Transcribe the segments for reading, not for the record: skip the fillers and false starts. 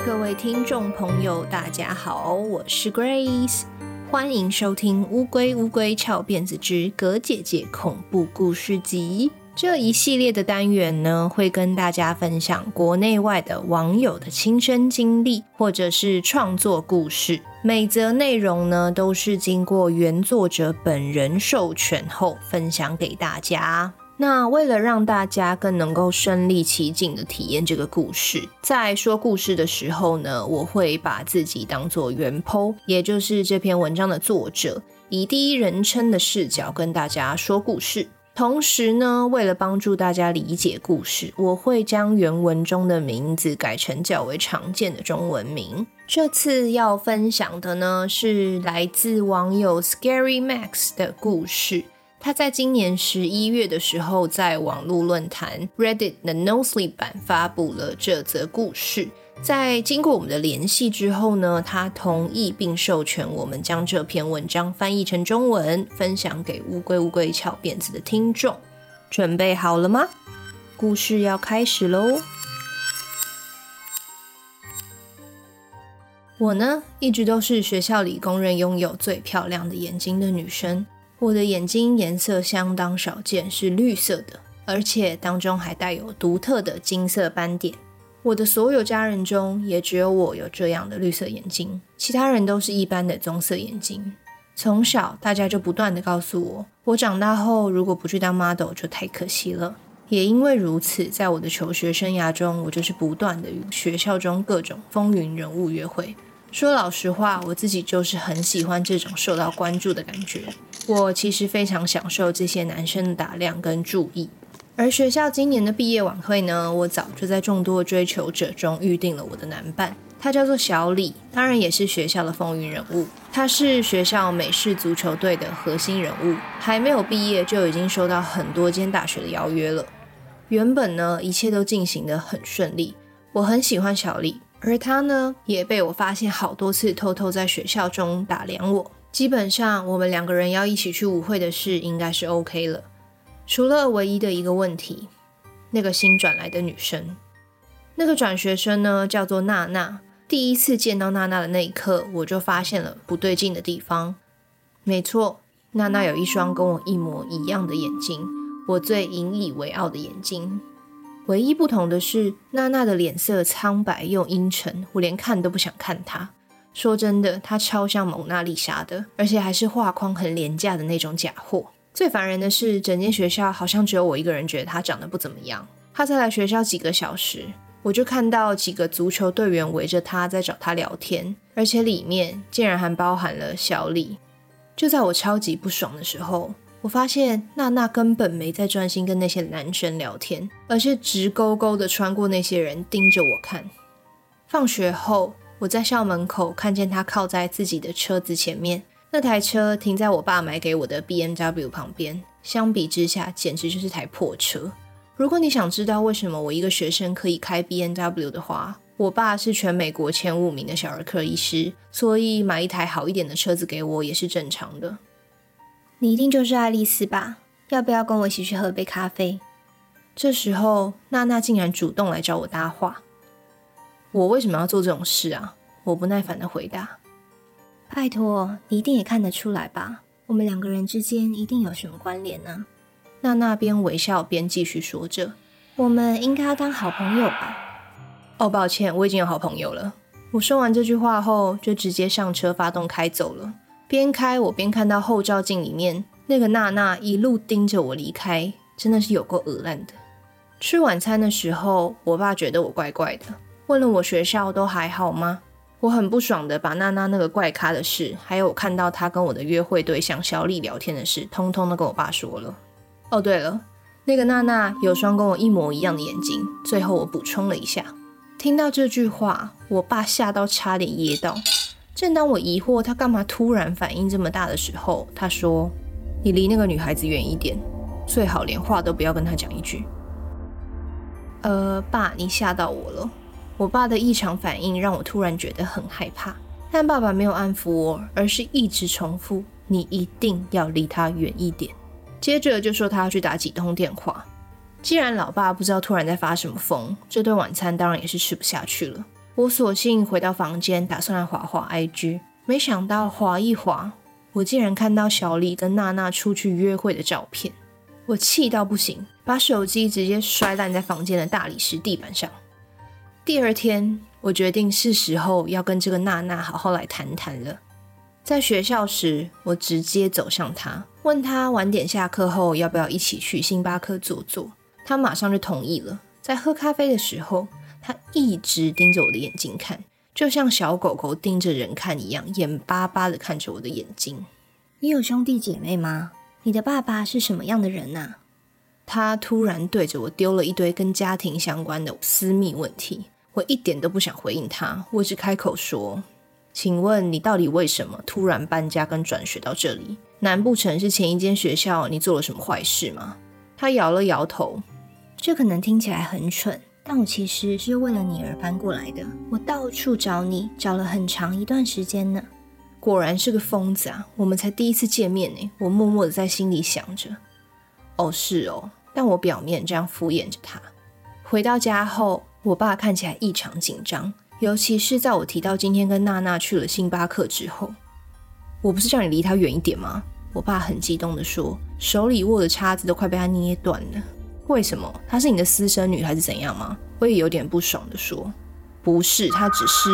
各位听众朋友大家好，我是 Grace， 欢迎收听乌龟乌龟翘辫子之葛姐姐恐怖故事集。这一系列的单元呢，会跟大家分享国内外的网友的亲身经历或者是创作故事，每则内容呢都是经过原作者本人授权后分享给大家。那为了让大家更能够身临其境的体验这个故事，在说故事的时候呢，我会把自己当作原 po， 也就是这篇文章的作者，以第一人称的视角跟大家说故事。同时呢，为了帮助大家理解故事，我会将原文中的名字改成较为常见的中文名。这次要分享的呢，是来自网友 Scary Max 的故事。他在今年11月的时候，在网络论坛 Reddit 的 No Sleep 版发布了这则故事。在经过我们的联系之后呢，他同意并授权我们将这篇文章翻译成中文，分享给乌龟乌龟翘辫子的听众。准备好了吗？故事要开始咯。我呢，一直都是学校里公认拥有最漂亮的眼睛的女生。我的眼睛颜色相当少见，是绿色的，而且当中还带有独特的金色斑点。我的所有家人中，也只有我有这样的绿色眼睛，其他人都是一般的棕色眼睛。从小，大家就不断地告诉我，我长大后如果不去当 model 就太可惜了。也因为如此，在我的求学生涯中，我就是不断地与学校中各种风云人物约会。说老实话，我自己就是很喜欢这种受到关注的感觉。我其实非常享受这些男生的打量跟注意。而学校今年的毕业晚会呢，我早就在众多追求者中预定了我的男伴，他叫做小李，当然也是学校的风云人物。他是学校美式足球队的核心人物，还没有毕业就已经收到很多间大学的邀约了。原本呢，一切都进行得很顺利，我很喜欢小李，而他呢，也被我发现好多次偷偷在学校中打量我。基本上我们两个人要一起去舞会的事应该是 OK 了，除了唯一的一个问题，那个新转来的女生。那个转学生呢，叫做娜娜。第一次见到娜娜的那一刻，我就发现了不对劲的地方。没错，娜娜有一双跟我一模一样的眼睛，我最引以为傲的眼睛。唯一不同的是，娜娜的脸色苍白又阴沉，我连看都不想看她。说真的，她超像蒙娜丽莎的，而且还是画框很廉价的那种假货。最烦人的是，整间学校好像只有我一个人觉得她长得不怎么样。她才来学校几个小时，我就看到几个足球队员围着她在找她聊天，而且里面竟然还包含了小李。就在我超级不爽的时候，我发现娜娜根本没在专心跟那些男生聊天，而是直勾勾的穿过那些人盯着我看。放学后，我在校门口看见她靠在自己的车子前面，那台车停在我爸买给我的 BMW 旁边，相比之下简直就是台破车。如果你想知道为什么我一个学生可以开 BMW 的话，我爸是全美国前5名的小儿科医师，所以买一台好一点的车子给我也是正常的。 你一定就是爱丽丝吧？要不要跟我一起去喝杯咖啡？ 这时候，娜娜竟然主动来找我搭话。我为什么要做这种事啊？我不耐烦地回答。 拜托，你一定也看得出来吧？我们两个人之间一定有什么关联啊。 娜娜边微笑边继续说着， 我们应该要当好朋友吧？ 哦，抱歉，我已经有好朋友了。我说完这句话后，就直接上车发动开走了。边开我边看到后照镜里面那个娜娜一路盯着我离开，真的是有够恶烂的。吃晚餐的时候，我爸觉得我怪怪的，问了我学校都还好吗？我很不爽的把娜娜那个怪咖的事，还有我看到她跟我的约会对象小李聊天的事，通通都跟我爸说了。哦对了，那个娜娜有双跟我一模一样的眼睛，最后我补充了一下。听到这句话，我爸吓到差点噎到。正当我疑惑他干嘛突然反应这么大的时候，他说，你离那个女孩子远一点，最好连话都不要跟她讲一句。爸，你吓到我了。我爸的异常反应让我突然觉得很害怕，但爸爸没有安抚我，而是一直重复，你一定要离她远一点。接着就说他要去打几通电话。既然老爸不知道突然在发什么疯，这顿晚餐当然也是吃不下去了。 我索性回到房间，打算来滑滑 IG， 没想到滑一滑，我竟然看到小李跟娜娜出去约会的照片。我气到不行，把手机直接摔烂在房间的大理石地板上。第二天，我决定是时候要跟这个娜娜好好来谈谈了。在学校时，我直接走向她，问她晚点下课后要不要一起去星巴克坐坐。她马上就同意了。在喝咖啡的时候，她一直盯着我的眼睛看，就像小狗狗盯着人看一样，眼巴巴的看着我的眼睛。 你有兄弟姐妹吗？你的爸爸是什么样的人啊？ 她突然对着我丢了一堆跟家庭相关的私密问题，我一点都不想回应她，我只开口说，请问你到底为什么突然搬家跟转学到这里？难不成是前一间学校你做了什么坏事吗？她摇了摇头。 这可能听起来很蠢，但我其实是为了你而搬过来的。我到处找你，找了很长一段时间呢。 果然是个疯子啊，我们才第一次见面呢。我默默的在心里想着。哦，是哦，但我表面这样敷衍着他。回到家后，我爸看起来异常紧张，尤其是在我提到今天跟娜娜去了星巴克之后。我不是叫你离他远一点吗？我爸很激动的说，手里握的叉子都快被他捏断了。为什么？她是你的私生女还是怎样吗？我也有点不爽的说，不是，她只是……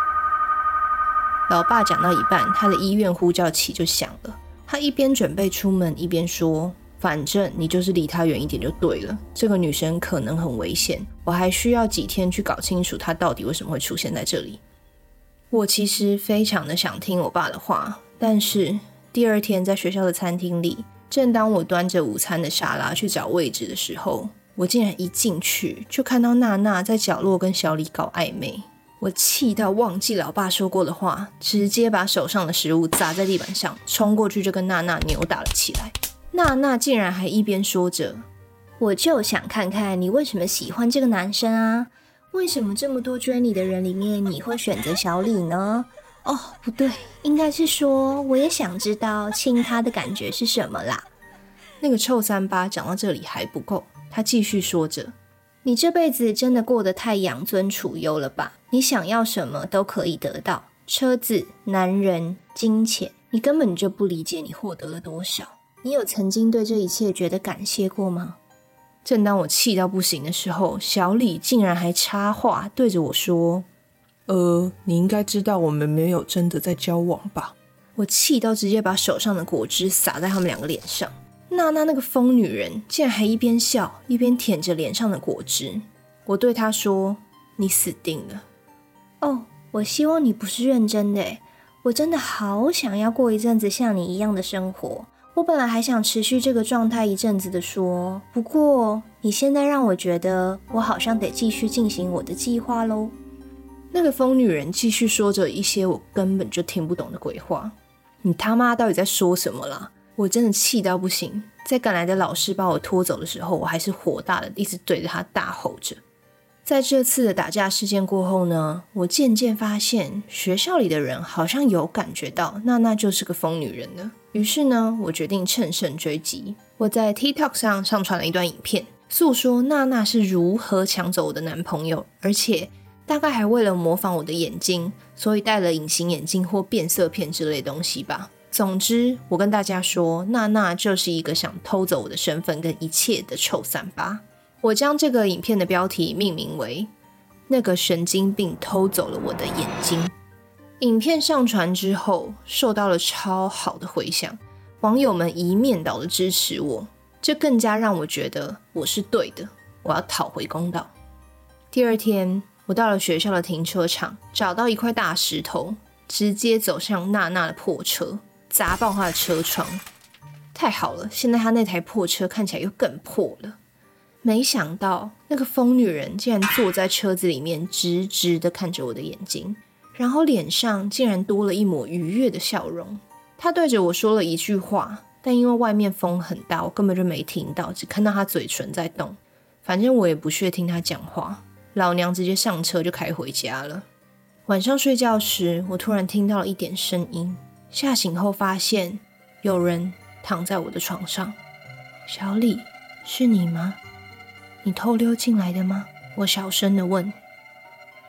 老爸讲到一半，他的医院呼叫器就响了。他一边准备出门，一边说，反正你就是离她远一点就对了，这个女生可能很危险，我还需要几天去搞清楚她到底为什么会出现在这里。我其实非常的想听我爸的话，但是第二天在学校的餐厅里，正当我端着午餐的沙拉去找位置的时候，我竟然一进去就看到娜娜在角落跟小李搞暧昧。我气到忘记老爸说过的话，直接把手上的食物砸在地板上，冲过去就跟娜娜扭打了起来。娜娜竟然还一边说着， 我就想看看你为什么喜欢这个男生啊，为什么这么多追你的人里面你会选择小李呢？哦，不对，应该是说我也想知道亲他的感觉是什么啦。 那个臭三八讲到这里还不够，他继续说着，你这辈子真的过得太养尊处优了吧，你想要什么都可以得到，车子、男人、金钱，你根本就不理解你获得了多少。你有曾经对这一切觉得感谢过吗？正当我气到不行的时候，小李竟然还插话对着我说，你应该知道我们没有真的在交往吧。我气到直接把手上的果汁洒在他们两个脸上。娜娜那个疯女人竟然还一边笑一边舔着脸上的果汁。我对她说，你死定了。 哦，我希望你不是认真的耶，我真的好想要过一阵子像你一样的生活。我本来还想持续这个状态一阵子的说，不过你现在让我觉得我好像得继续进行我的计划咯。 那个疯女人继续说着一些我根本就听不懂的鬼话。你他妈到底在说什么啦？我真的气到不行。在赶来的老师把我拖走的时候，我还是火大的一直对着他大吼着。在这次的打架事件过后呢，我渐渐发现学校里的人好像有感觉到娜娜就是个疯女人了。于是呢，我决定乘胜追击。我在 TikTok 上上传了一段影片，诉说娜娜是如何抢走我的男朋友，而且大概还为了模仿我的眼睛，所以戴了隐形眼镜或变色片之类的东西吧。总之，我跟大家说，娜娜就是一个想偷走我的身份跟一切的臭三八。我将这个影片的标题命名为“那个神经病偷走了我的眼睛”。影片上传之后，受到了超好的回响，网友们一面倒的支持我，这更加让我觉得我是对的，我要讨回公道。第二天，我到了学校的停车场，找到一块大石头，直接走向娜娜的破车，砸爆她的车窗。太好了，现在她那台破车看起来又更破了。没想到那个疯女人竟然坐在车子里面，直直的看着我的眼睛，然后脸上竟然多了一抹愉悦的笑容。她对着我说了一句话，但因为外面风很大，我根本就没听到，只看到她嘴唇在动。反正我也不屑听她讲话，老娘直接上车就开回家了。晚上睡觉时，我突然听到了一点声音，吓醒后发现有人躺在我的床上。小李，是你吗？你偷溜进来的吗？我小声的问。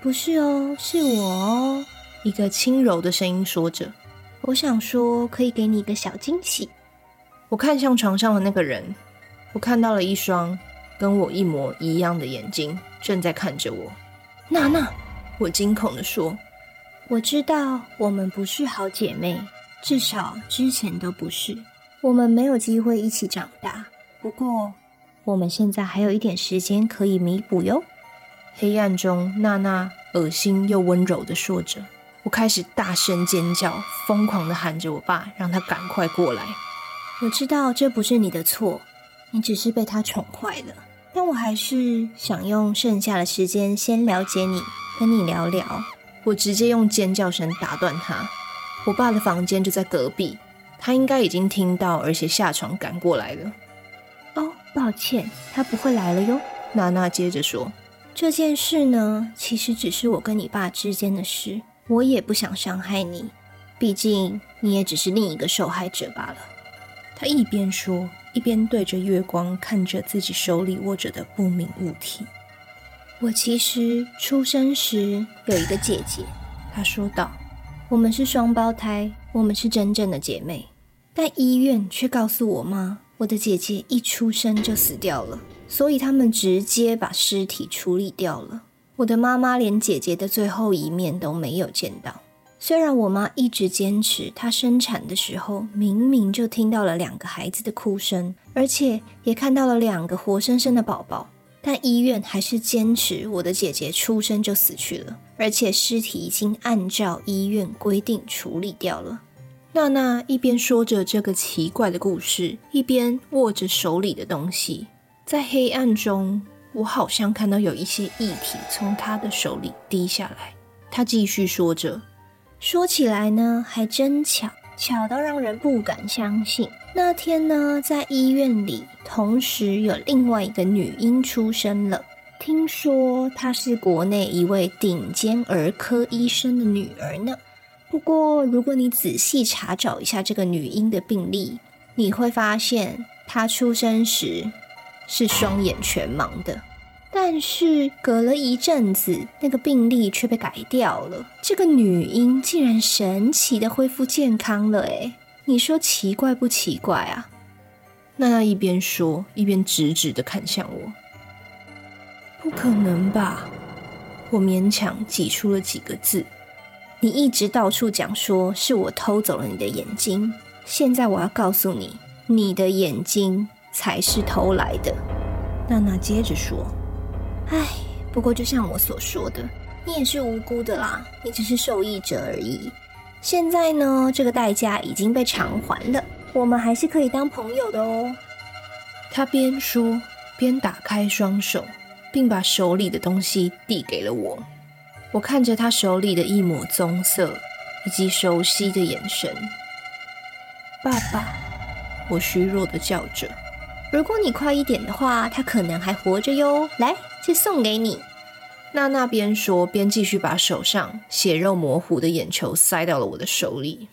不是哦，是我哦。 一个轻柔的声音说着。 我想说可以给你一个小惊喜。 我看向床上的那个人，我看到了一双跟我一模一样的眼睛正在看着我。 娜娜， 我惊恐地说， 我知道我们不是好姐妹，至少之前都不是。我们没有机会一起长大，不过我们现在还有一点时间可以弥补哟。 黑暗中，娜娜恶心又温柔地说着。我开始大声尖叫，疯狂地喊着我爸，让他赶快过来。 我知道这不是你的错，你只是被他宠坏了，但我还是想用剩下的时间先了解你，跟你聊聊。 我直接用尖叫声打断他。我爸的房间就在隔壁，他应该已经听到，而且下床赶过来了。 哦，抱歉，他不会来了哟。 娜娜接着说， 这件事呢，其实只是我跟你爸之间的事，我也不想伤害你，毕竟你也只是另一个受害者罢了。 他一边说，一边对着月光看着自己手里握着的不明物体。 我其实出生时有一个姐姐， 他说道， 我们是双胞胎，我们是真正的姐妹，但医院却告诉我妈，我的姐姐一出生就死掉了，所以他们直接把尸体处理掉了。我的妈妈连姐姐的最后一面都没有见到。虽然我妈一直坚持，她生产的时候明明就听到了2个孩子的哭声，而且也看到了2个活生生的宝宝，但医院还是坚持我的姐姐出生就死去了，而且尸体已经按照医院规定处理掉了。 娜娜一边说着这个奇怪的故事，一边握着手里的东西。在黑暗中，我好像看到有一些液体从她的手里滴下来。她继续说着， 说起来呢，还真巧，巧到让人不敢相信。那天呢，在医院里，同时有另外一个女婴出生了。听说她是国内一位顶尖儿科医生的女儿呢。不过，如果你仔细查找一下这个女婴的病历，你会发现她出生时是双眼全盲的。但是隔了一阵子，那个病历却被改掉了。这个女婴竟然神奇的恢复健康了耶，你说奇怪不奇怪啊？ 娜娜一边说，一边直直的看向我。不可能吧？我勉强挤出了几个字。 你一直到处讲说是我偷走了你的眼睛，现在我要告诉你，你的眼睛才是偷来的。 娜娜接着说， 唉，不过就像我所说的，你也是无辜的啦，你只是受益者而已。现在呢，这个代价已经被偿还了，我们还是可以当朋友的哦。 他边说边打开双手，并把手里的东西递给了我。我看着他手里的一抹棕色，以及熟悉的眼神。爸爸，我虚弱的叫着。 如果你快一点的话，他可能还活着哟。来，这送给你。 娜娜边说边继续把手上血肉模糊的眼球塞到了我的手里。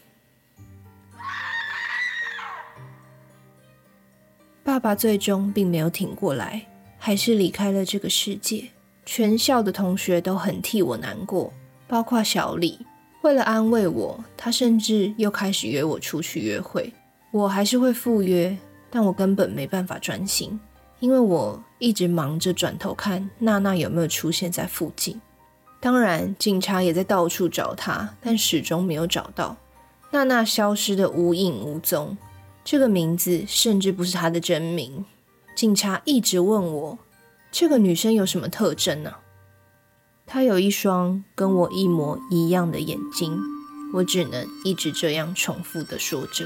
爸爸最终并没有挺过来，还是离开了这个世界。全校的同学都很替我难过，包括小李。为了安慰我，他甚至又开始约我出去约会。我还是会赴约，但我根本没办法专心，因为我一直忙着转头看娜娜有没有出现在附近。当然，警察也在到处找她，但始终没有找到。娜娜消失得无影无踪，这个名字甚至不是她的真名。警察一直问我，这个女生有什么特征呢？她有一双跟我一模一样的眼睛，我只能一直这样重复地说着。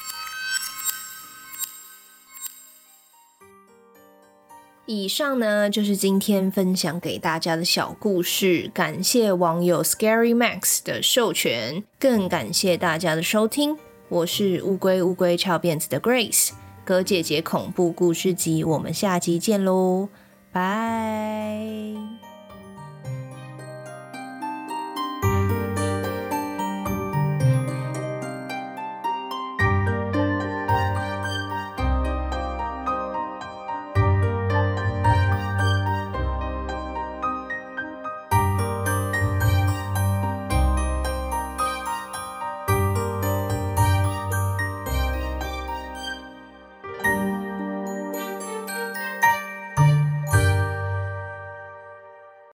以上呢，就是今天分享给大家的小故事，感谢网友 Scary Max 的授权，更感谢大家的收听。我是乌龟翘辫子的 Grace， 葛姐姐恐怖故事集，我们下集见咯，拜。